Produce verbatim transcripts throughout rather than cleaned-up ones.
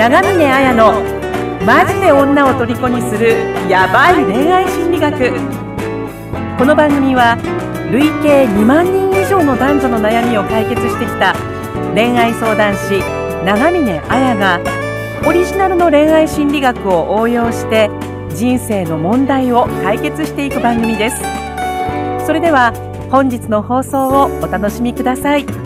長峰彩のマジで女を虜にするヤバい恋愛心理学。この番組は累計にまんにん以上の男女の悩みを解決してきた恋愛相談師長峰彩がオリジナルの恋愛心理学を応用して人生の問題を解決していく番組です。それでは本日の放送をお楽しみください。どう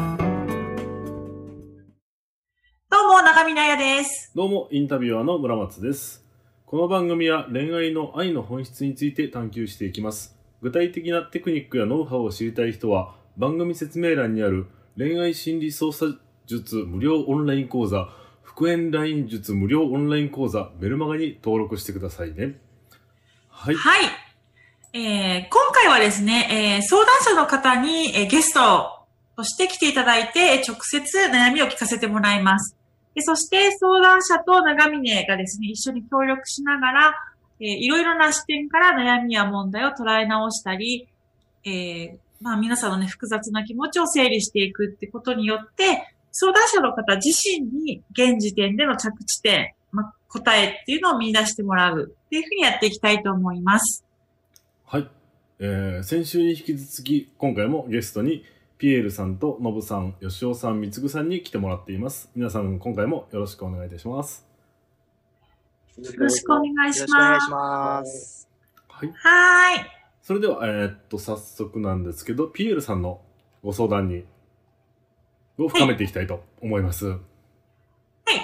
も長峰彩です。 どうもインタビュアーの村松です。この番組は恋愛の愛の本質について探求していきます。具体的なテクニックやノウハウを知りたい人は番組説明欄にある恋愛心理操作術無料オンライン講座、復縁ライン術無料オンライン講座メルマガに登録してくださいね。はい、 はいえー、今回はですね、えー、相談者の方に、えー、ゲストとして来ていただいて直接悩みを聞かせてもらいます。でそして相談者と長峰がですね一緒に協力しながら、えー、いろいろな視点から悩みや問題を捉え直したり、えーまあ、皆さんのね複雑な気持ちを整理していくってことによって相談者の方自身に現時点での着地点、まあ、答えっていうのを見出してもらうっていうふうにやっていきたいと思います。 はい、えー、先週に引き続き今回もゲストにピエールさんとノブさん、ヨシオさん、ミツグさんに来てもらっています。皆さん今回もよろしくお願いいたします。 よろしくお願いします。 はい。 はーい。 それでは、えー、っと、早速なんですけど、ピエールさんのご相談に、を深めていきたいと思います。はい。 はい。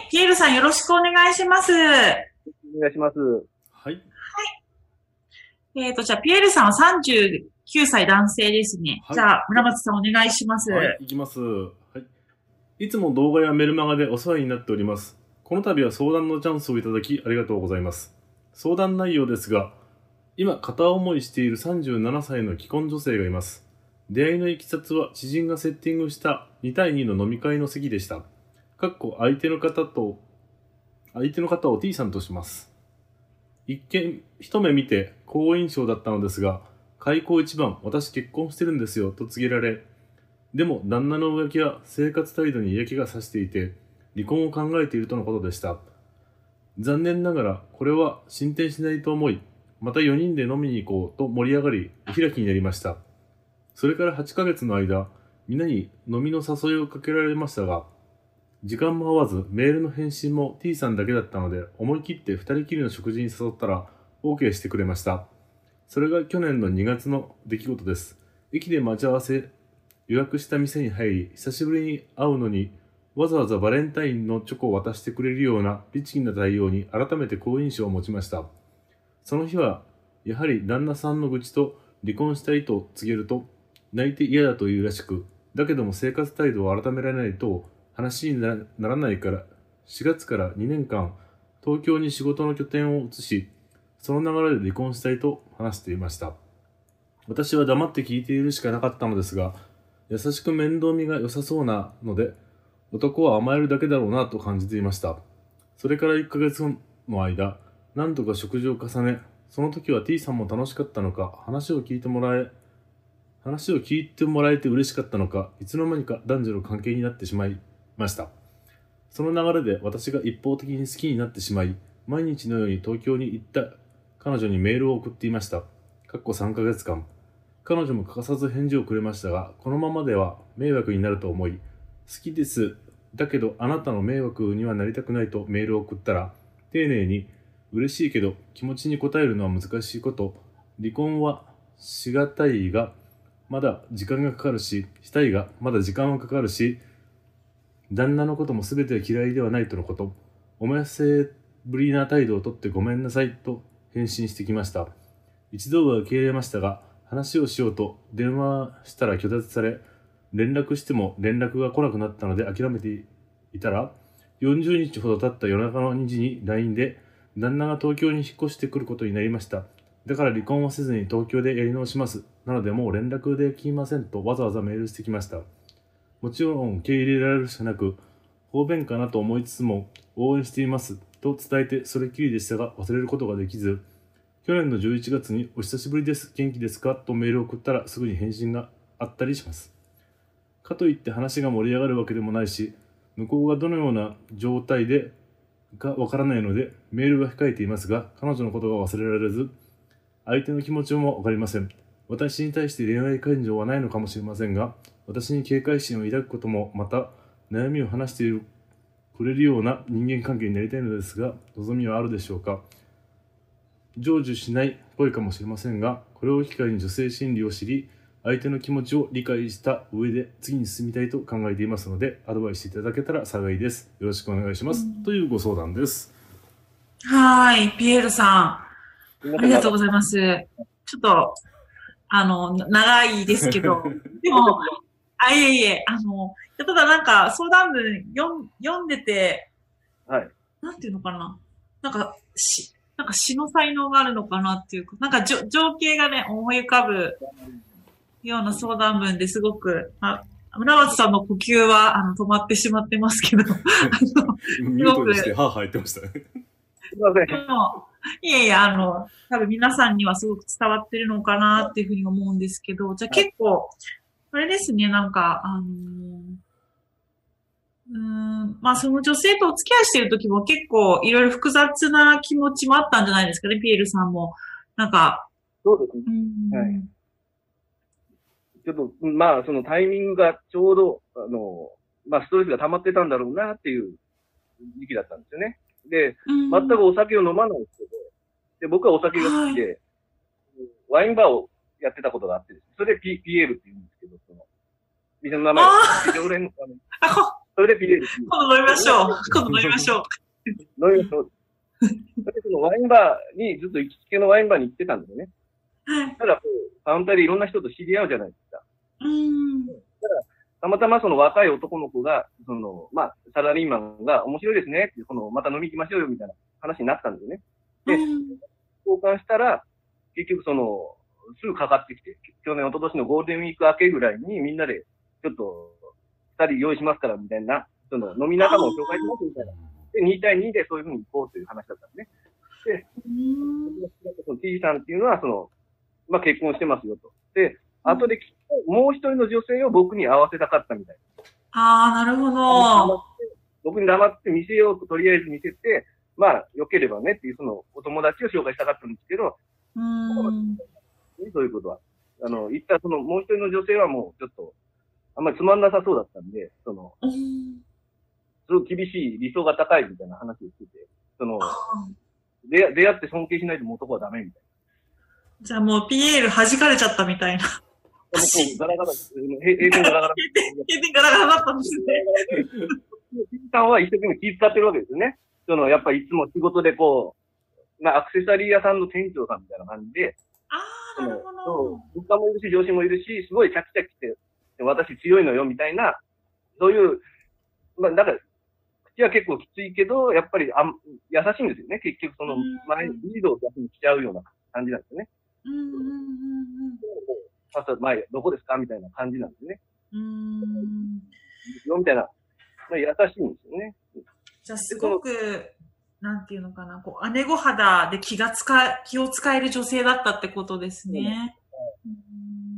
ピエールさんよろしくお願いします。お願いします。 はい。 はい。えっと、じゃあ、ピエールさんはさんじゅうきゅうさい男性ですね。はい、じゃあ、村松さんお願いします。 はい、いきます。はい。いつも動画やメルマガでお世話になっております。この度は相談のチャンスをいただきありがとうございます。相談内容ですが、今片思いしているさんじゅうななさいの既婚女性がいます。出会いのいきさつは知人がセッティングしたにたいにの飲み会の席でした。かっこ相手の方と、相手の方を T さんとします。一見、一目見て好印象だったのですが、開口一番、私結婚してるんですよと告げられ、でも旦那の浮気や生活態度に嫌気がさしていて、離婚を考えているとのことでした。残念ながらこれは進展しないと思い、またよにんで飲みに行こうと盛り上がり、お開きになりました。それからはちかげつの間、皆に飲みの誘いをかけられましたが、時間も合わずメールの返信も T さんだけだったので、思い切ってふたりきりの食事に誘ったら OK してくれました。それが去年のにがつの出来事です。駅で待ち合わせ、予約した店に入り、久しぶりに会うのに、わざわざバレンタインのチョコを渡してくれるような律儀な対応に改めて好印象を持ちました。その日は、やはり旦那さんの愚痴と離婚したいと告げると、泣いて嫌だというらしく、だけども生活態度を改められないと話にならないから、しがつからにねんかん、東京に仕事の拠点を移し、その流れで離婚したいと話していました。私は黙って聞いているしかなかったのですが、優しく面倒見が良さそうなので、男は甘えるだけだろうなと感じていました。それからいっかげつの間、何度か食事を重ね、その時は T さんも楽しかったのか、話を聞いてもらえ、話を聞いてもらえて嬉しかったのか、いつの間にか男女の関係になってしまいました。その流れで私が一方的に好きになってしまい、毎日のように東京に行った彼女にメールを送っていました。かっこさんかげつかん。彼女も欠かさず返事をくれましたが、このままでは迷惑になると思い、好きです。だけどあなたの迷惑にはなりたくないとメールを送ったら、丁寧に嬉しいけど気持ちに応えるのは難しいこと、離婚はしがたいがまだ時間がかかるし、したいがまだ時間はかかるし、旦那のことも全て嫌いではないとのこと、おめせぶりな態度をとってごめんなさいと返信してきました。一度は受け入れましたが、話をしようと電話したら拒絶され、連絡しても連絡が来なくなったので諦めていたら、よんじゅうにちほど経った夜中のにじに ライン で、旦那が東京に引っ越してくることになりました。だから離婚はせずに東京でやり直します。なのでもう連絡できませんとわざわざメールしてきました。もちろん受け入れられるしかなく、方便かなと思いつつも応援していますと伝えてそれっきりでしたが、忘れることができず、去年のじゅういちがつにお久しぶりです、元気ですかとメールを送ったらすぐに返信があったりします。かといって話が盛り上がるわけでもないし、向こうがどのような状態でかわからないのでメールは控えていますが、彼女のことが忘れられず、相手の気持ちもわかりません。私に対して恋愛感情はないのかもしれませんが、私に警戒心を抱くこともまた悩みを話してくれるような人間関係になりたいのですが、望みはあるでしょうか。成就しない恋かもしれませんが、これを機会に女性心理を知り、相手の気持ちを理解した上で次に進みたいと考えていますので、アドバイスいただけたら幸いです。よろしくお願いします。うん、というご相談です。 はい、ピエールさん、ありがとうございます。ちょっと、あの、長いですけど、でも、あ、いえいえ、あの、ただなんか相談文読読んでて、 はい。 なんていうのかな、なんか、し、なんか詩の才能があるのかなっていうか、なんかじょ情景がね、思い浮かぶような相談文ですごく、あ、村松さんの呼吸は、あの、止まってしまってますけど、あの、 ミュートにして、はぁはぁ言ってましたね。 すいません。 でも、いやいや、あの、多分皆さんにはすごく伝わってるのかなっていうふうに思うんですけど、じゃあ結構、あれですね、なんか、あのー、うーん、まあその女性とお付き合いしてる時も結構いろいろ複雑な気持ちもあったんじゃないですかね、ピエールさんも。なんか、 そうですね。 うん、 はい。ちょっと、まあそのタイミングがちょうど、あの、まあストレスが溜まってたんだろうなっていう時期だったんですよね。で、 うん、 全くお酒を飲まないんですけど、で、僕はお酒が好きで、はい、ワインバーをやってたことがあってですね、それでピ、ピエールって言うんですけど、その、店の名前、常連、あの、それでピエールって言う。 今度飲みましょう。今度飲みましょう。 飲みましょう。それでそのワインバーに、ずっと行きつけのワインバーに行ってたんですよね。 はい。 ただ、カウンターでいろんな人と知り合うじゃないですか。 うん。 ただ、たまたまその若い男の子が、その、まあ、サラリーマンが面白いですねって、その、また飲み行きましょうよみたいな話になったんですよね。で、うん、交換したら、結局その、すぐかかってきて、去年、一昨年のゴールデンウィーク明けぐらいにみんなで、ちょっと、二人用意しますからみたいな、その、飲み仲間を紹介しますみたいな。で、に対にでそういうふうに行こうという話だったんですね。で、その T さんっていうのは、その、まあ、結婚してますよと。で、後できっと、もう一人の女性を僕に会わせたかったみたいな。ああ、なるほど。 僕に黙って見せようと、とりあえず見せて、まあ、良ければねっていう、その、お友達を紹介したかったんですけど、 うーん。 そういうことは。あの、言ったその、もう一人の女性はもう、ちょっと、あんまりつまんなさそうだったんで、その、 うん、 すごい厳しい、理想が高いみたいな話をしてて、その、出出会って尊敬しないともう男はダメみたいな。 じゃあもうピエール弾かれちゃったみたいな。 もうガラガラ、閉店ガラガラ。 閉店ガラガラだったんですね。 T さんは一生懸命気遣ってるわけですよね。その、やっぱりいつも仕事でこう、まあ、アクセサリー屋さんの店長さんみたいな感じで、 ああ、なるほど。 部下もいるし、上司もいるし、すごいチャキチャキして、私強いのよみたいな、そういう、まあ、だから、口は結構きついけど、やっぱりあ優しいんですよね。結局その、前、リードを逆にしちゃうような感じなんですよね。 うんうんうんうん。 さっ前、どこですかみたいな感じなんですね。 うーん。 みたいな、まあ、優しいんですよね。 じゃあすごく、なんていうのかな、こう、姉御肌で気がつか、気を使える女性だったってことですね。 うん、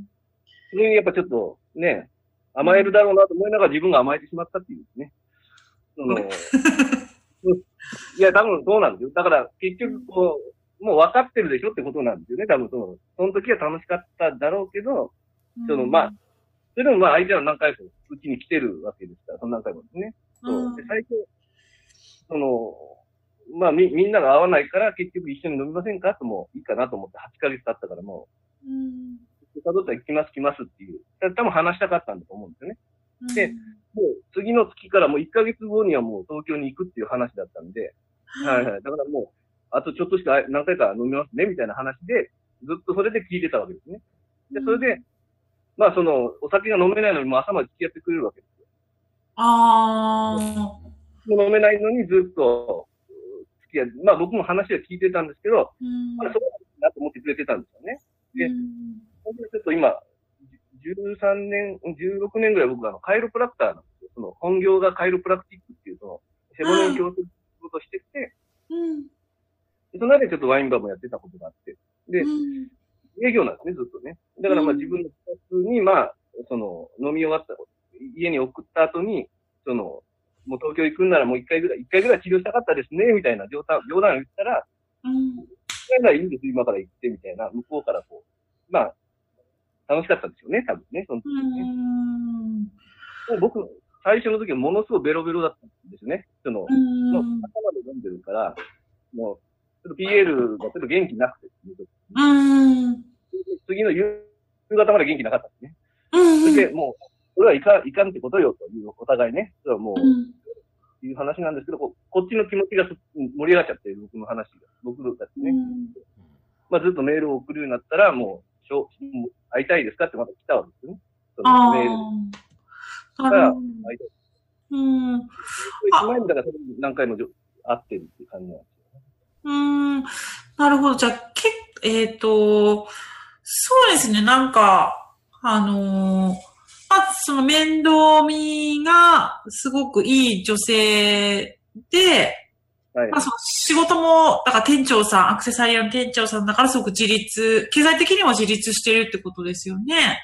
それにやっぱちょっと、ね、甘えるだろうなと思いながら自分が甘えてしまったっていうですね。そのいや、多分そうなんですよ。だから結局こう、もう分かってるでしょってことなんですよね。多分その、その時は楽しかっただろうけど、その、まあ、それでもまあ相手は何回もうちに来てるわけですから、その何回もですね。そう。で、最初、その、まあみ、みんなが会わないから結局一緒に飲みませんかともいいかなと思ってはちかげつ経ったからもう、うん。たどったら来ます来ますっていう。多分話したかったんだと思うんですよね。で、もう次の月からもういっかげつごにはもう東京に行くっていう話だったんで、はいはい。だからもう、あとちょっとしか何回か飲みますねみたいな話で、ずっとそれで聞いてたわけですね。で、それで、まあその、お酒が飲めないのにも朝まで付き合ってくれるわけですよ。 あー。飲めないのにずっと付き合い、まあ僕も話は聞いてたんですけど、まあそうだなと思ってくれてたんですよね。で、本当にちょっと今、じゅうさんねん、じゅうろくねんぐらい僕はあのカイロプラクターなんですよ。その本業がカイロプラクティックっていうその背骨に共通することをしてて、うん、でその間にちょっとワインバーもやってたことがあって、で、うん、営業なんですね、ずっとね。だからまあ自分のスタッフにまあ、その飲み終わった、家に送った後に、そのもう東京行くんならもう一回ぐらい、一回ぐらい治療したかったですね、みたいな冗談、冗談を言ったら、 うん。 それならいいんです、今から行って、みたいな、向こうからこう、まあ、楽しかったんですよね、多分ね、その時ね。うん、僕、最初の時はものすごいベロベロだったんですね。その、もう頭で飲んでるから、もう、ちょっと ピーエル がちょっと元気なくて、 うん。 次の夕方まで元気なかったんですね。うん。それで、もう、それはいかん、いかんってことよ、という、お互いね。それはもう、うん、いう話なんですけど、こっちの気持ちが盛り上がっちゃって、僕の話が。僕たちね。うん、まあ、ずっとメールを送るようになったら、もう、しょ会いたいですかってまた来たわけですよね。そのメールで。だから、会いたい。うん。一枚だから何回も会ってるっていう感じなんですよね。 うん。なるほど。じゃあ、けえっと、そうですね。なんか、あのー、まあ、その面倒見がすごくいい女性で、はい、まあ、その仕事も、だから店長さん、アクセサリーの店長さんだからすごく自立、経済的にも自立してるってことですよね。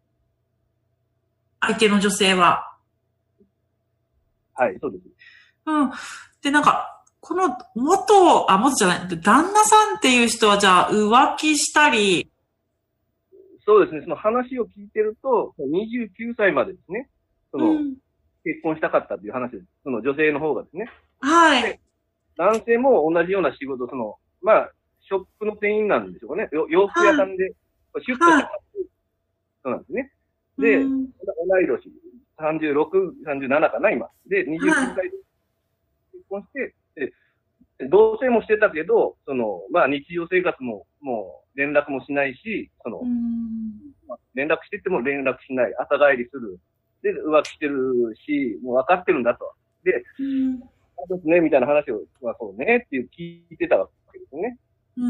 相手の女性は。 はい、そうです。 うん。で、なんか、この元、あ、元じゃない、旦那さんっていう人はじゃあ浮気したり。 そうですね、その話を聞いてると、にじゅうきゅうさいまでですね、その、うん、結婚したかったという話です。その女性の方がですね。 はい。 男性も同じような仕事、その、まあ、ショップの店員なんでしょうかね。洋服屋さんで、シュッとした、そうなんですね。で、うん、同い年、さんじゅうろく、さんじゅうななかな、今。で、にじゅうきゅうさいで結婚して、で、同棲もしてたけど、その、まあ、日常生活も、もう、連絡もしないし、その、まあ、連絡してても連絡しない、朝帰りする。で、浮気してるし、もう分かってるんだと。で、そうですね、みたいな話を、まあ、そうね、っていう聞いてたわけですよね。 うん。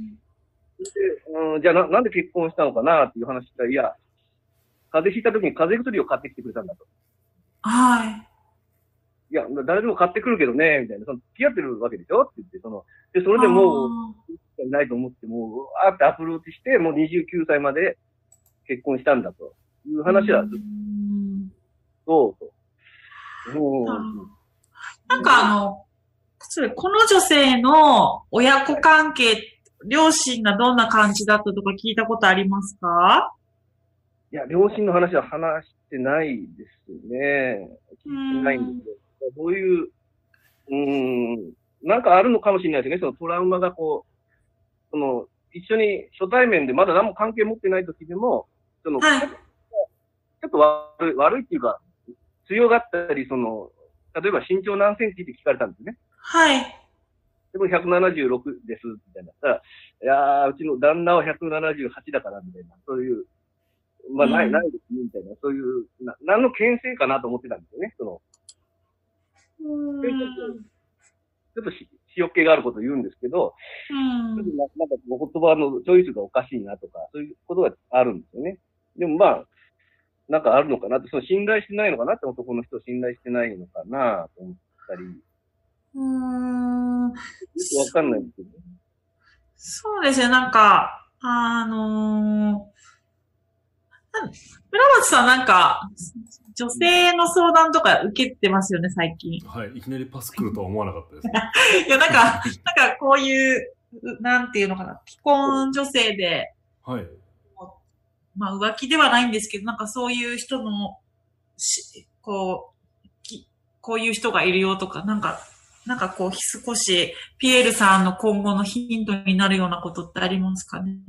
で、 うん、じゃあな、なんで結婚したのかなっていう話したら、いや、風邪ひいた時に風邪薬を買ってきてくれたんだと。 はい。 いや、誰でも買ってくるけどね、みたいな。その付き合ってるわけでしょって言って、その、で、それでもう、ないと思って、もう、わーってアプローチして、もうにじゅうきゅうさいまで結婚したんだという話は、そうと。 うん。なんかあの、この女性の親子関係、両親がどんな感じだったとか聞いたことありますか？ いや、両親の話は話してないですね。聞いてないんですけど、どういう、うーん、なんかあるのかもしれないですね。そのトラウマがこう、その、一緒に初対面でまだ何も関係持ってない時でも、その、はい、ちょっと悪い、悪いっていうか、強がったり、その、例えば身長何センチって聞かれたんですね。 はい。 でもひゃくななじゅうろくです、みたいな。だからいやー、うちの旦那はひゃくななじゅうはちだから、みたいな。そういう、まあ、ない、ないですね、みたいな。そういう、な、何の牽制かなと思ってたんですよね、その。 うん。 ちょっとし、塩っ気があることを言うんですけど、 うん。 ちょっとななんかお言葉のチョイスがおかしいなとか、そういうことがあるんですよね。でもまあ、なんかあるのかなって、その信頼してないのかなって、男の人を信頼してないのかなと思ったり。 うーん。 よくわかんないんですけど。 そうですよ、なんか、あのー、村松さんなんか、女性の相談とか受けてますよね、最近。 はい、いきなりパス来るとは思わなかったです。 いや、なんか、なんかこういう、なんていうのかな、既婚女性で、 はい。 まあ浮気ではないんですけど、なんかそういう人の、しこう、き、こういう人がいるよとか、なんか、なんかこう少し、ピエールさんの今後のヒントになるようなことってありますかね。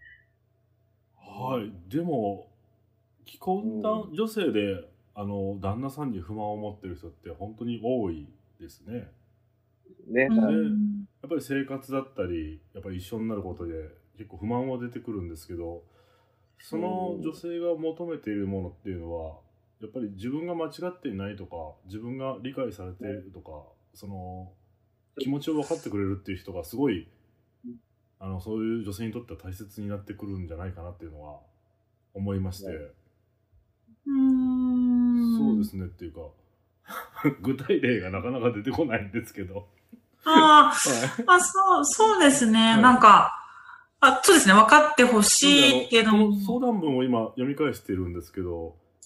はい。でも、既婚女性で、あの、旦那さんに不満を持ってる人って本当に多いですね。 ね。 で、やっぱり生活だったり、やっぱり一緒になることで結構不満は出てくるんですけど、その女性が求めているものっていうのは、やっぱり自分が間違っていないとか、自分が理解されているとか、その気持ちを分かってくれるっていう人がすごい、あのそういう女性にとっては大切になってくるんじゃないかなっていうのは思いまして、 うーん、 そうですねっていうか具体例がなかなか出てこないんですけど、 ああ、あ、そうそうですね、はい、なんか。あ、そうですね。分かってほしいけども。 この相談文を今読み返しているんですけど、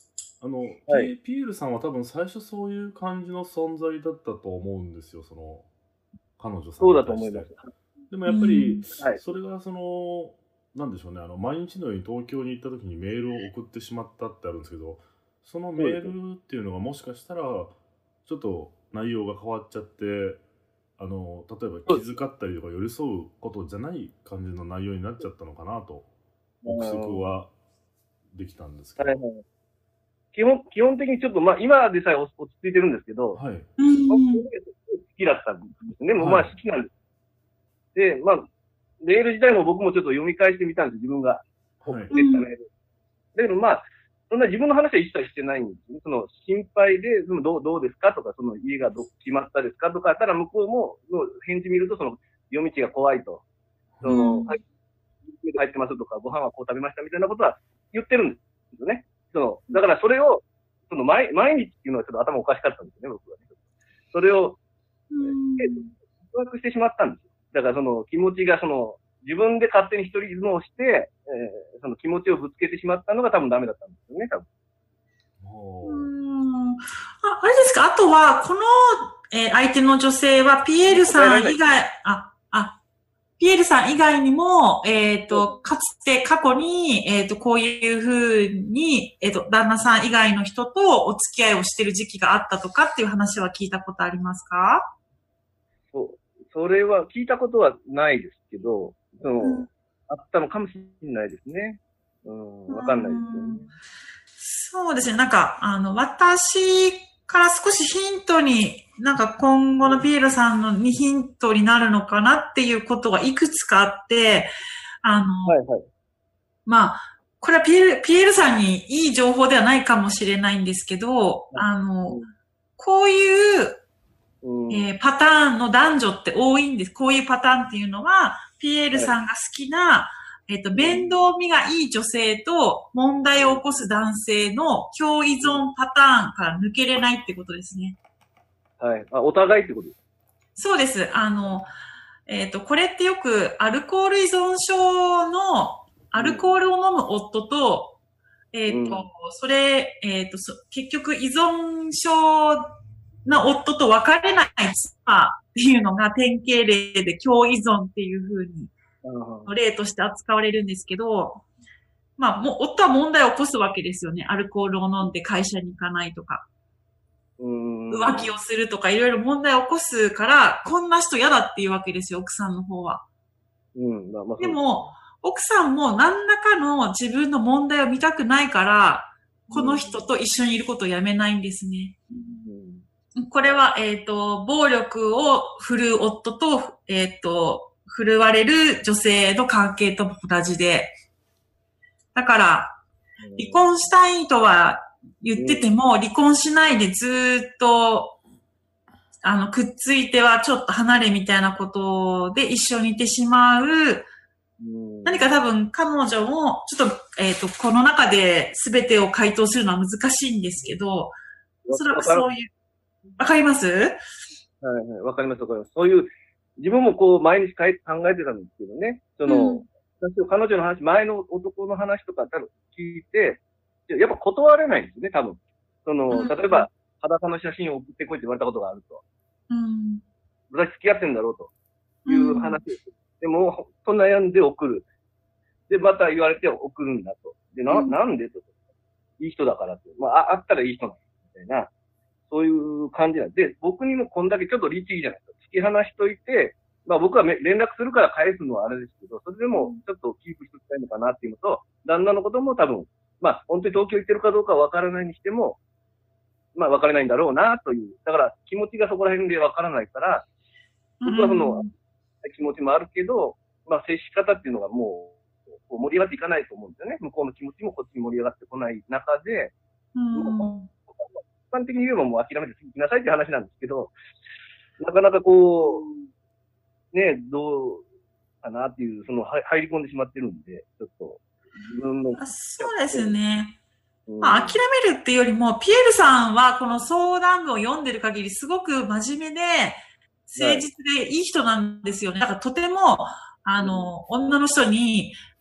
あの、 はい、 ピエールさんは多分最初そういう感じの存在だったと思うんですよ、その、彼女さんそうだに対して。 と思います。 でもやっぱり、 はい、 それがその、なんでしょうね、あの、毎日のように東京に行った時にメールを送ってしまったってあるんですけど、そのメールっていうのがもしかしたら、ちょっと内容が変わっちゃって、あの、例えば気遣ったりとか寄り添うことじゃない感じの内容になっちゃったのかなと、憶測はできたんですけど。 はいはい、基本、基本的にちょっと、まあ、今でさえ落ち着いてるんですけど、 はい。 僕好きだったんですね。もうまあ好きなんです。で、まあ、メール自体も僕もちょっと読み返してみたんです、自分が送ってきたメール。だけどまあ、そんな自分の話は一切してないんですね。その心配で、そのどう、どうですかとか、その家がど決まったですかとか、ただ向こうも、返事見ると、その夜道が怖いと。その、はい、入ってますとか、ご飯はこう食べましたみたいなことは言ってるんですよね。その、だからそれを、その毎、毎日っていうのはちょっと頭おかしかったんですよね、僕はね。それを、告白してしまったんですよ。だからその気持ちがその、自分で勝手に一人相撲して、えー、その気持ちをぶつけてしまったのが多分ダメだったんですよね、多分。 うん。あ、あれですか、あとは、この、えー、相手の女性は、ピエールさん以外、あ、あ、ピエールさん以外にも、えっと、かつて過去に、えっと、こういうふうに、えっと、旦那さん以外の人とお付き合いをしてる時期があったとかっていう話は聞いたことありますか？ そう。それは聞いたことはないですけど、その、うん、あったのかもしれないですね。うん、わかんないですよね。 そうですね。なんか、あの、私から少しヒントに、なんか今後のピエールさんのにヒントになるのかなっていうことがいくつかあって、あの、はいはい、まあ、これはピエール、ピエールさんにいい情報ではないかもしれないんですけど、あの、こういう、えー、パターンの男女って多いんです。こういうパターンっていうのは、ピエールさんが好きな、えっと、面倒見がいい女性と問題を起こす男性の共依存パターンから抜けれないってことですね。 はい。あ、お互いってことです。 そうです。あの、えっと、これってよくアルコール依存症のアルコールを飲む夫と、うん、えっと、うん、それ、えっと、結局依存症の夫と別れない妻っていうのが典型例で共依存っていう風に例として扱われるんですけど、まあ、もう、夫は問題を起こすわけですよね。アルコールを飲んで会社に行かないとか、う浮気をするとか、いろいろ問題を起こすから、こんな人嫌だっていうわけですよ、奥さんの方は。 うんまあまあ、 でも、奥さんも何らかの自分の問題を見たくないから、この人と一緒にいることをやめないんですね。うん、これは、えっと、暴力を振るう夫と、えっと、振るわれる女性の関係とも同じで。だから、離婚したいとは言ってても、離婚しないでずっと、あの、くっついてはちょっと離れみたいなことで一緒にいてしまう。何か多分彼女も、ちょっと、えっと、この中で全てを回答するのは難しいんですけど、おそらくそういう、わかります？はいはい、わかりますわかります。そういう、自分もこう、毎日考えてたんですけどね。その、うん、彼女の話、前の男の話とか多分聞いて、やっぱ断れないんですよね、多分。その、うん、例えば、裸の写真を送ってこいって言われたことがあると。うん。私付き合ってんだろうという話です。うん、でも、ほんと悩んで送る。で、また言われて送るんだと。で、な、うん、なんでと。いい人だからって。まあ、あったらいい人なんみたいな。そういう感じなんで、で、僕にもこんだけちょっと律儀じゃないですか。突き放しといて、まあ僕は連絡するから返すのはあれですけど、それでもちょっとキープしておきたいのかなっていうのと、旦那のことも多分、まあ本当に東京行ってるかどうかわからないにしても、まあ分からないんだろうなという。だから気持ちがそこら辺でわからないから、僕はその気持ちもあるけど、まあ接し方っていうのがもう盛り上がっていかないと思うんですよね。向こうの気持ちもこっちに盛り上がってこない中で、もう一般的に言えばもう諦めて次行きなさいって話なんですけど、なかなかこう、ね、どうかなっていう、その入り込んでしまってるんで、ちょっと自分の。 そうですね。うん、まあ、諦めるっていうよりも、ピエールさんはこの相談文を読んでる限りすごく真面目で、誠実でいい人なんですよね。だからとても、あの、うん、女の人に、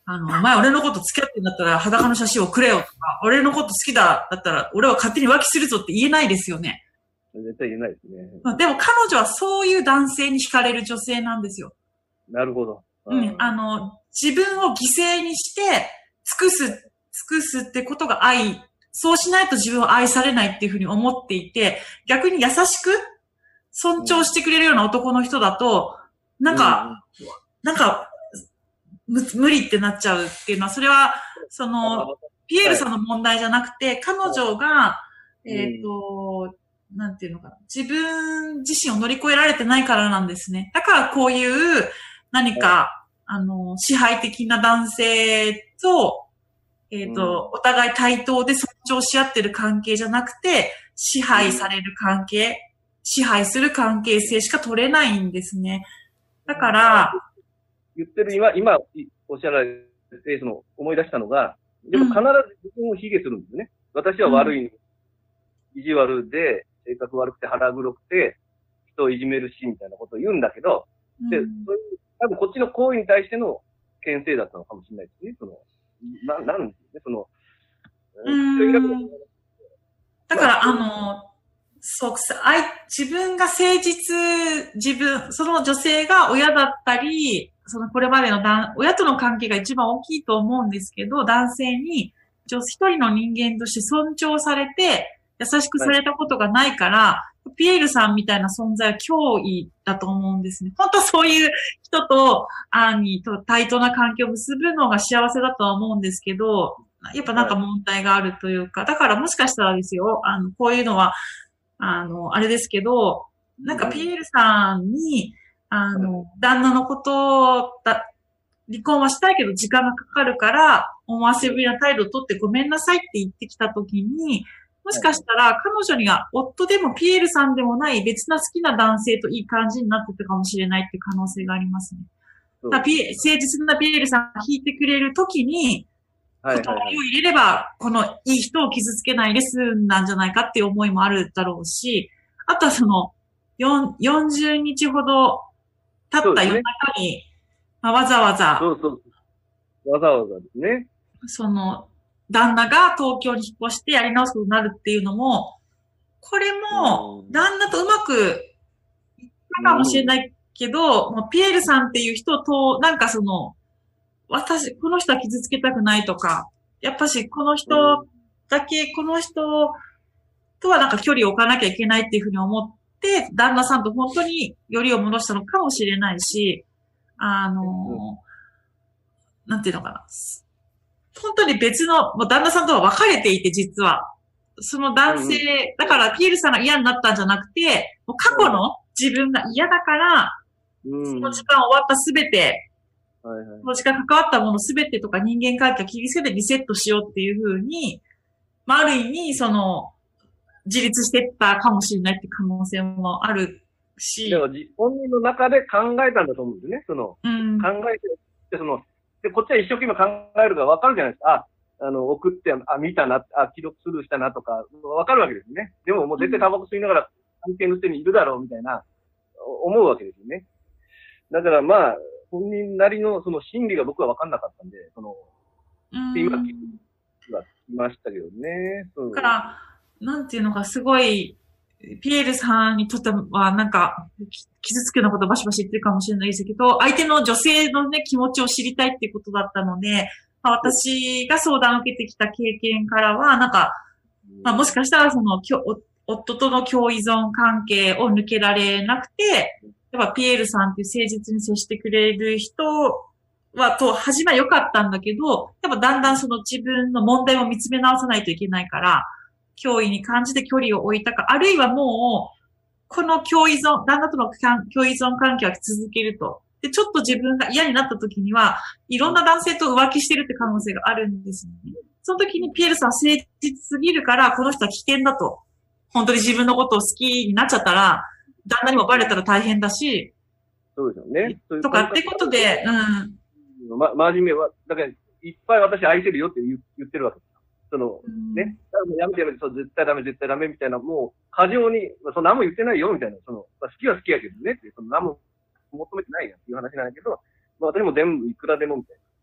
あの、お前俺のこと付き合ってんだったら裸の写真をくれよとか、俺のこと好きだ、だったら俺は勝手に浮気するぞって言えないですよね。 絶対言えないですね。 でも彼女はそういう男性に惹かれる女性なんですよ。 なるほど。 うん。あの、自分を犠牲にして尽くす、尽くすってことが愛、そうしないと自分を愛されないっていうふうに思っていて、逆に優しく尊重してくれるような男の人だと、なんか、うん、なんか、無理ってなっちゃうっていうのは、それは、その、ピエールさんの問題じゃなくて、彼女が、えっと、なんていうのかな、自分自身を乗り越えられてないからなんですね。だからこういう何か、あの、支配的な男性と、えっと、お互い対等で尊重し合ってる関係じゃなくて、支配される関係、支配する関係性しか取れないんですね。だから、 言ってる今、今おっしゃられて、その思い出したのが、でも必ず自分を卑下するんですね。うん、私は悪い、意地悪で、性格悪くて腹黒くて、人をいじめるし、みたいなことを言うんだけど、うん、で、そういう、多分こっちの行為に対しての牽制だったのかもしれないですね。その、な、なんですね、その、 うんだから、あの、そう、自分が誠実、自分、その女性が親だったり、そのこれまでの親との関係が一番大きいと思うんですけど、男性に一人の人間として尊重されて、優しくされたことがないから、はい、ピエールさんみたいな存在は脅威だと思うんですね。本当はそういう人と、あに、と対等な関係を結ぶのが幸せだとは思うんですけど、やっぱなんか問題があるというか、だからもしかしたらですよ、あの、こういうのは、あの、あれですけど、なんかピエールさんに、あの、旦那のことだ、離婚はしたいけど時間がかかるから、思わせぶりな態度をとってごめんなさいって言ってきたときに、もしかしたら彼女には夫でもピエールさんでもない別な好きな男性といい感じになってたかもしれないっていう可能性がありますね。だピエ誠実なピエールさんが引いてくれるときに、断りを入れれば、このいい人を傷つけないで済んだんじゃないかっていう思いもあるだろうし、あとはその、よんじゅうにちほど経った夜中に、ねまあ、わざわざ、 そうそうわざわざですね。 その、旦那が東京に引っ越してやり直すことになるっていうのも、これも、旦那とうまくいったかもしれないけど、もうピエールさんっていう人と、なんかその、私、この人は傷つけたくないとか、やっぱしこの人だけ、この人とはなんか距離を置かなきゃいけないっていうふうに思って、旦那さんと本当によりを戻したのかもしれないし、あの、なんていうのかな。本当に別の、もう旦那さんとは別れていて、実は。その男性、だからピエールさんが嫌になったんじゃなくて、もう過去の自分が嫌だから、その時間終わったすべて、はいはい、その時間関わったものすべてとか人間関係を切り捨ててリセットしようっていうふうに、まあ、ある意味、その、自立していったかもしれないって可能性もあるし。 でも、本人の中で考えたんだと思うんですね。その、うん、考えて、その、で、こっちは一生懸命考えるから分かるじゃないですか。あ、あの、送って、あ、見たな、あ、既読スルーしたなとか、分かるわけですね。でももう絶対タバコ吸いながら関係の人にいるだろうみたいな、思うわけですよね。だからまあ、本人なりのその心理が僕は分かんなかったんで、その、うん今聞きは聞きましたけどね。 だから、なんていうのかすごい、ピエールさんにとってはなんか、傷つくようなことバシバシ言ってるかもしれないですけど、相手の女性のね、気持ちを知りたいっていうことだったので、まあ、私が相談を受けてきた経験からは、なんか、まあもしかしたらその、夫との共依存関係を抜けられなくて、やっぱピエールさんっていう誠実に接してくれる人は、と、始めは良かったんだけど、やっぱだんだんその自分の問題を見つめ直さないといけないから、脅威に感じて距離を置いたか、あるいはもう、この共依存、旦那との共依存関係は続けると。で、ちょっと自分が嫌になった時には、いろんな男性と浮気してるって可能性があるんですよね。その時にピエールさんは誠実すぎるから、この人は危険だと。本当に自分のことを好きになっちゃったら、旦那にもバレたら大変だし。 そうですよね。 とかってことで、 うん。ま、真面目は、だから、いっぱい私愛せるよって言言ってるわけです。その、うん、ね。やめてやめて、そう、絶対ダメ、絶対ダメみたいな、もう、過剰に、その何も言ってないよみたいな、その、好きは好きやけどねって、その何も求めてないやんっていう話なんだけど、まあ私も全部いくらでもみたい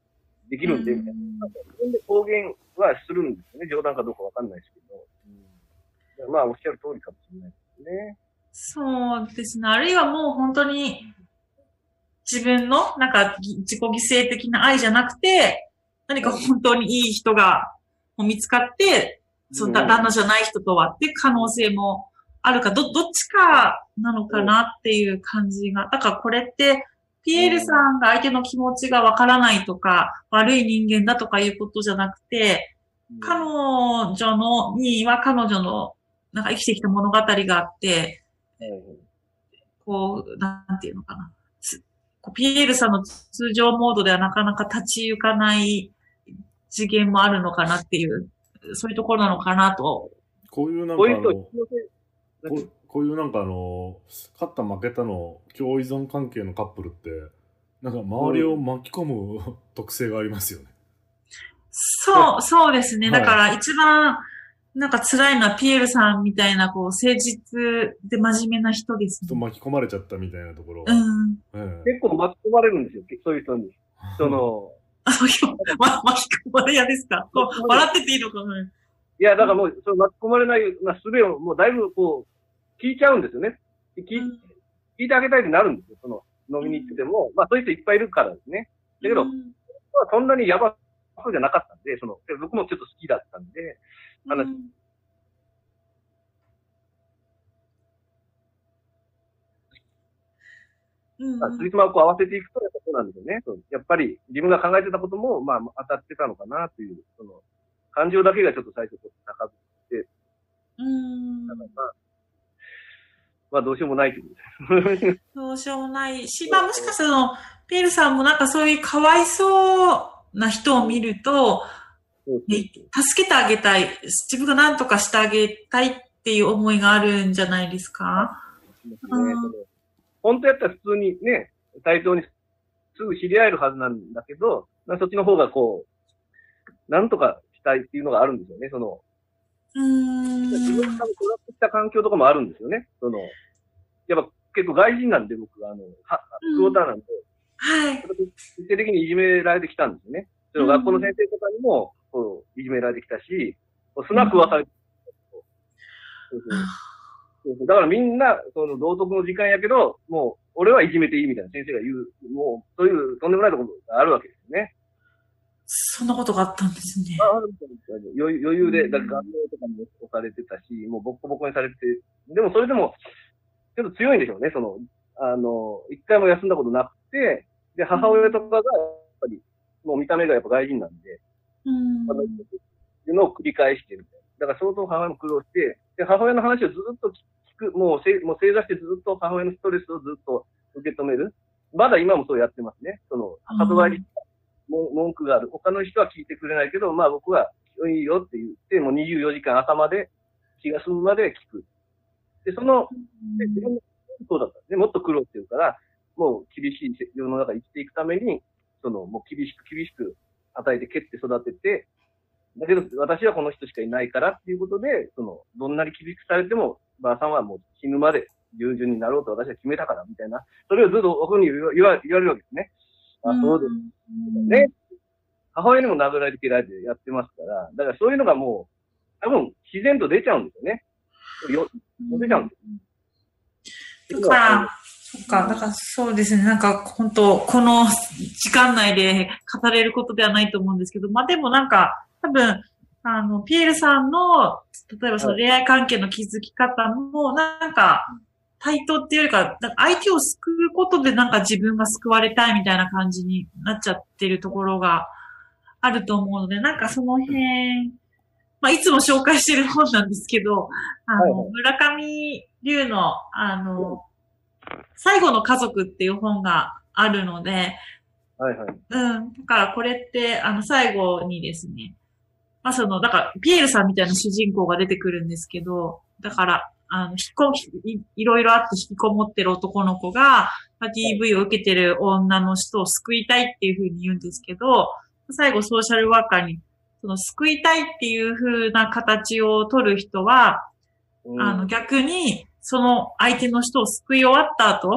できるんで、みたいな。自分で公言はするんですよね。冗談かどうかわかんないですけど。うん、まあ、おっしゃる通りかもしれないですね。 そうですね。あるいはもう本当に自分のなんか自己犠牲的な愛じゃなくて、何か本当にいい人が見つかって、その旦那じゃない人とはっていう可能性もあるか、ど、どっちかなのかなっていう感じが。だからこれって、ピエールさんが相手の気持ちがわからないとか、悪い人間だとかいうことじゃなくて、彼女の、には彼女の、なんか生きてきた物語があって、こう、なんていうのかな。ピエールさんの通常モードではなかなか立ち行かない次元もあるのかなっていう、そういうところなのかなと。 こういうなんかあの、こうこういうなんかあの、勝った負けたの共依存関係のカップルって、なんか周りを巻き込む、うん、特性がありますよね。 そう、そうですね。だから一番、なんか辛いのはピエールさんみたいな、こう、誠実で真面目な人ですね。 と巻き込まれちゃったみたいなところが。 うん。 ええ、結構巻き込まれるんですよ、そういう人に。その、 あ、そういう、ま、巻き込まれ屋ですか？こう笑ってていいのかな？ いや、だからもう、その巻き込まれないな術を、もうだいぶこう、聞いちゃうんですよね。聞い、うん、聞いてあげたいってなるんですよ、その、飲みに行ってても。うん、まあ、そういう人いっぱいいるからですね。だけど、うん、そんなにやばそうじゃなかったんで、その、僕もちょっと好きだったんで、話、うんうんまあ、つりつまをこう合わせていくと、やっぱそうなんですよね。やっぱり自分が考えてたことも、まあ、当たってたのかなという、その、感情だけがちょっと最初、高ぶって、 うん。 だからまあ、まあ、どうしようもないということです。 どうしようもないし、まあ、もしかしたら、ピエールさんもなんかそういうかわいそうな人を見ると、助けてあげたい、自分が何とかしてあげたいっていう思いがあるんじゃないですか？ 本当やったら普通にね、対等にすぐ知り合えるはずなんだけど、そっちの方がこう、なんとかしたいっていうのがあるんですよね、その。 うーん。 自分が育ってきた環境とかもあるんですよね。その、やっぱ結構外人なんで僕は、あの、は、クォーターなんで、 はい。 徹底的にいじめられてきたんですよね。その学校の先生とかにも、こう、いじめられてきたし、スナックはされてきた。そうそうだからみんな、その道徳の時間やけど、もう、俺はいじめていいみたいな先生が言う、もう、そういうとんでもないところがあるわけですよね。 そんなことがあったんですね。 ああるんですよ。余裕で、だから顔面とかも押されてたし、もうボッコボコにされて、でもそれでも、ちょっと強いんでしょうね、その、あの、一回も休んだことなくて、で、母親とかが、やっぱり、もう見た目がやっぱ外人なんで、 うん。 あの、いうのを繰り返してるみたいな。だから相当母親も苦労して、で、母親の話をずっと聞く、もうせ、もう正座してずっと母親のストレスをずっと受け止める。まだ今もそうやってますね。その、里帰り、文句がある。他の人は聞いてくれないけど、まあ僕はいいよって言って、もうにじゅうよじかん朝まで、気が済むまで聞く。で、その、で自分もそうだったんですね。もっと苦労してるから、もう厳しい世の中生きていくために、その、もう厳しく厳しく与えて蹴って育てて、だけど私はこの人しかいないからっていうことで、その、どんなに厳しくされても、ばあさんはもう死ぬまで従順になろうと私は決めたから、みたいな。それをずっと僕に言わ言わ言われるわけですね。あ、そうです。ね。母親にも殴られて蹴られてやってますから、だからそういうのがもう、多分自然と出ちゃうんですよね。よ出ちゃうんですよ。だから、そっか、だからそうですね。なんか本当、この時間内で語れることではないと思うんですけど、まあでもなんか、多分、あの、ピエールさんの、例えばその恋愛関係の築き方も、なんか、対等っていうよりか、相手を救うことでなんか自分が救われたいみたいな感じになっちゃってるところがあると思うので、なんかその辺、まあいつも紹介してる本なんですけど、あの、はいはい、村上龍の、あの、最後の家族っていう本があるので、 はいはい。 うん。だからこれって、あの、最後にですね、まあその、だから、ピエールさんみたいな主人公が出てくるんですけど、だから、あの、引っこ、い、いろいろあって引きこもってる男の子が、まあ、ディーブイ を受けてる女の人を救いたいっていうふうに言うんですけど、最後ソーシャルワーカーに、その救いたいっていうふうな形を取る人は、うん、あの、逆に、その相手の人を救い終わった後、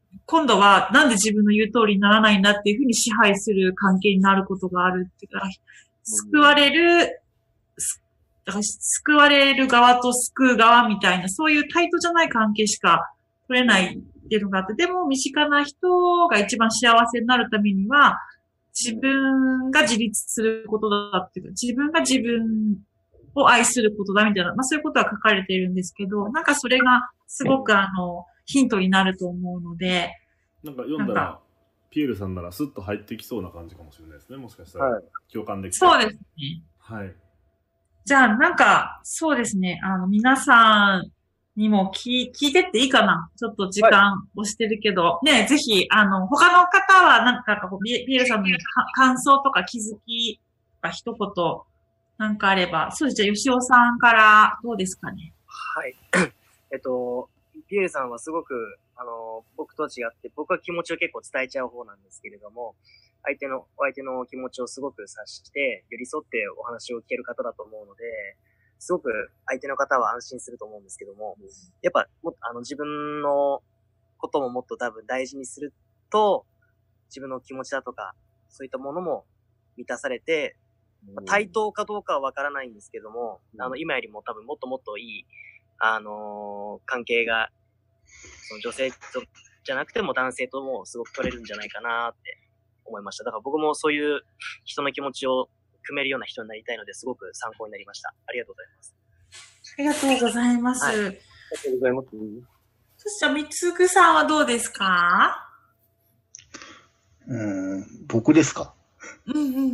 今度はなんで自分の言う通りにならないんだっていうふうに支配する関係になることがあるっていうか、救われる、だから救われる側と救う側みたいな、そういう対等じゃない関係しか取れないっていうのがあって、でも身近な人が一番幸せになるためには、自分が自立することだっていうか、自分が自分を愛することだみたいな、まあそういうことは書かれているんですけど、なんかそれがすごくあの、ヒントになると思うので。 なんか読んだら、ピエールさんならスッと入ってきそうな感じかもしれないですね。もしかしたら、はい、共感できた。 そうですね。 はい。 じゃあ、なんか、そうですね。あの、皆さんにも聞、聞いてっていいかな？ちょっと時間押してるけど。はい、ね、ぜひ、あの、他の方は、なんか、ピエールさんの感想とか気づきとか一言、なんかあれば。そうです。じゃあ、吉尾さんからどうですかね。 はい。えっと、ピエールさんはすごく、あの、僕と違って、僕は気持ちを結構伝えちゃう方なんですけれども、相手の、お相手の気持ちをすごく察して、寄り添ってお話を聞ける方だと思うので、すごく相手の方は安心すると思うんですけども、やっぱ、もっと、あの、自分のことももっと多分大事にすると、自分の気持ちだとか、そういったものも満たされて、まあ、対等かどうかはわからないんですけども、あの、今よりも多分もっともっといい、あのー、関係が、その女性とじゃなくても男性ともすごく取れるんじゃないかなって思いました。だから僕もそういう人の気持ちを組めるような人になりたいのですごく参考になりました。ありがとうございます。 ありがとうございます。はい、ありがとうございます。 そしたら、みつぐさんはどうですか？ うーん、僕ですか？ うんうん。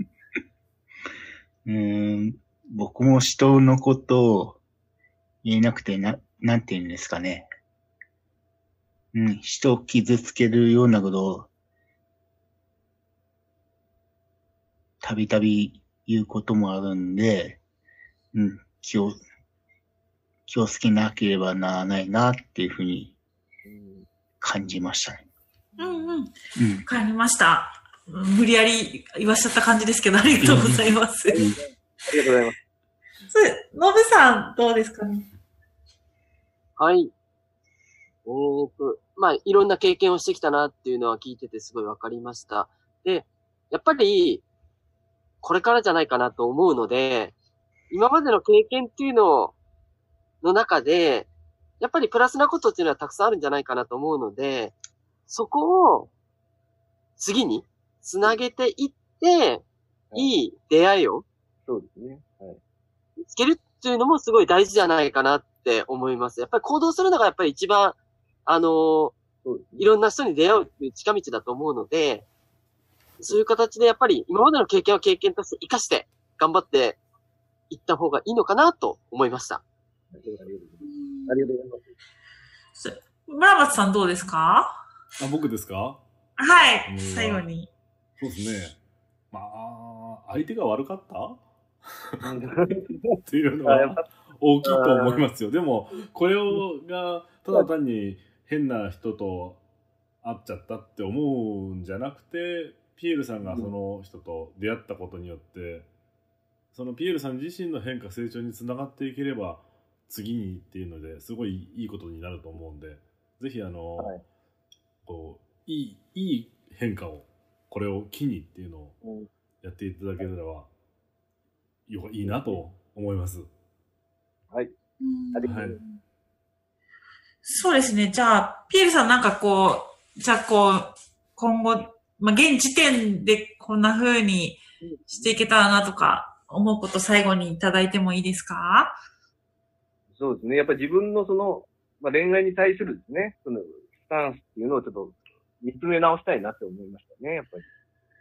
うーん、僕も人のことを言えなくてな、なんて言うんですかね。うん、人を傷つけるようなことをたびたび言うこともあるんで、うん、気を、気をつけなければならないなっていうふうに感じましたね。 うんうん。うん。感じました。無理やり言わしちゃった感じですけど、ありがとうございます。うん、ありがとうございます。 それ、のぶさん、どうですかね？ はい。えーと、まあ、いろんな経験をしてきたなっていうのは聞いててすごいわかりました。で、やっぱり、これからじゃないかなと思うので、今までの経験っていうのの中で、やっぱりプラスなことっていうのはたくさんあるんじゃないかなと思うので、そこを次につなげていって、いい出会いをそうですね。はい。 見つけるっていうのもすごい大事じゃないかなって思います。やっぱり行動するのがやっぱり一番、あのー、いろんな人に出会うっていう近道だと思うので、そういう形でやっぱり今までの経験は経験として活かして頑張っていった方がいいのかなと思いました。 ありがとうございます。 村松さんどうですか？ あ、僕ですか？ はい、最後に。 そうですね。まあ、相手が悪かったっていうのは大きいと思いますよ。でも、これをがただ単に変な人と会っちゃったって思うんじゃなくて、ピエールさんがその人と出会ったことによって、そのピエールさん自身の変化成長につながっていければ次にっていうのですごいいいことになると思うんで、ぜひあの、はい、こういいいい変化をこれを機にっていうのをやっていただければよいいなと思います。 はい。ありがとうございます。 そうですね。じゃあピエールさんなんかこうじゃあこう今後まあ、現時点でこんな風にしていけたらなとか思うこと最後にいただいてもいいですか？ そうですね。やっぱり自分のその、まあ、恋愛に対するですね、そのスタンスっていうのをちょっと見つめ直したいなって思いましたね、やっぱり。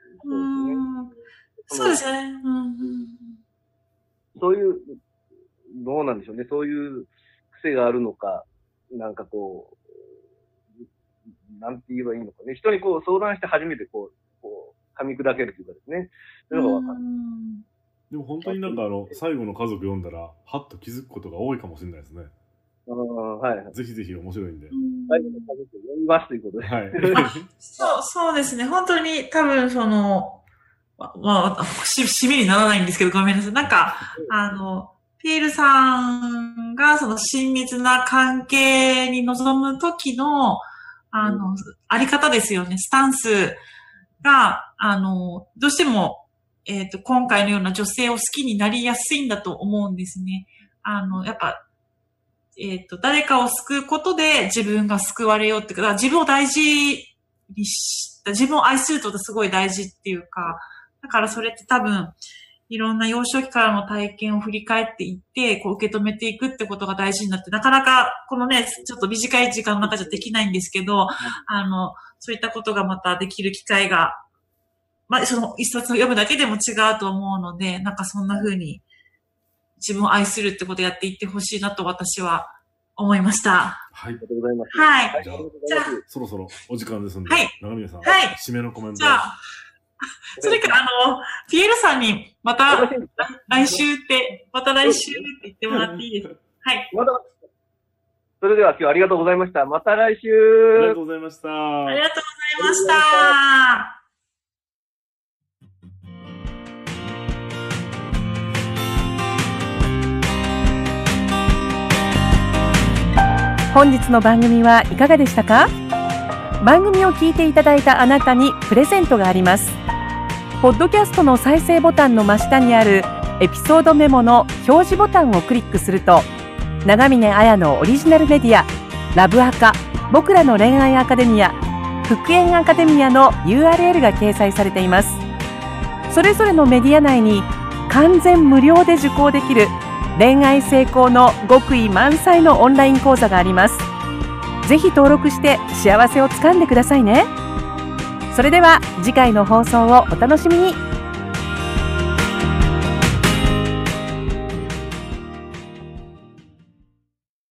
そうですね。そうですね。うんうん、 そういう、どうなんでしょうね。そういう癖があるのか、なんかこう、なんて言えばいいのかね。人にこう相談して初めてこう、こう、噛み砕けるというかですね。そういうのがわかる。 でも本当になんかあの、最後の家族読んだら、はっと気づくことが多いかもしれないですね。 ああ、はいはい。 ぜひぜひ面白いんで。 最後の家族読みますということで。 はい。 そう、そうですね。本当に多分その、ま、まあ、し、締めにならないんですけど、ごめんなさい。なんか、あの、ピエールさんがその親密な関係に臨む時の、 あの、あり方ですよね。スタンスが、あの、どうしても、えっと、今回のような女性を好きになりやすいんだと思うんですね。あの、やっぱ、えっと、誰かを救うことで自分が救われようっていうか、自分を大事にし、自分を愛するってことすごい大事っていうか、だからそれって多分、いろんな幼少期からの体験を振り返っていって、こう受け止めていくってことが大事になって、なかなかこのね、ちょっと短い時間の中じゃできないんですけど、あの、そういったことがまたできる機会が、まあ、その一冊を読むだけでも違うと思うので、なんかそんな風に自分を愛するってことをやっていってほしいなと私は思いました。 はい。ありがとうございます。 はい。 じゃあ、 じゃあそろそろお時間ですので、 はい。 長峰さん、 はい。 締めのコメント。 じゃあ、それから、あの、ピエールさんに、また、来週って、また来週って言ってもらっていいですか？はい。 また、それでは今日はありがとうございました。また来週。 ありがとうございました。 ありがとうございました。 本日の番組はいかがでしたか？番組を聞いていただいたあなたにプレゼントがあります。ポッドキャストの再生ボタンの真下にあるエピソードメモの表示ボタンをクリックすると、長峰彩のオリジナルメディアラブアカ、僕らの恋愛アカデミア、復縁アカデミアの ユーアールエル が掲載されています。それぞれのメディア内に完全無料で受講できる恋愛成功の極意満載のオンライン講座があります。ぜひ登録して幸せをつかんでくださいね。それでは次回の放送をお楽しみに。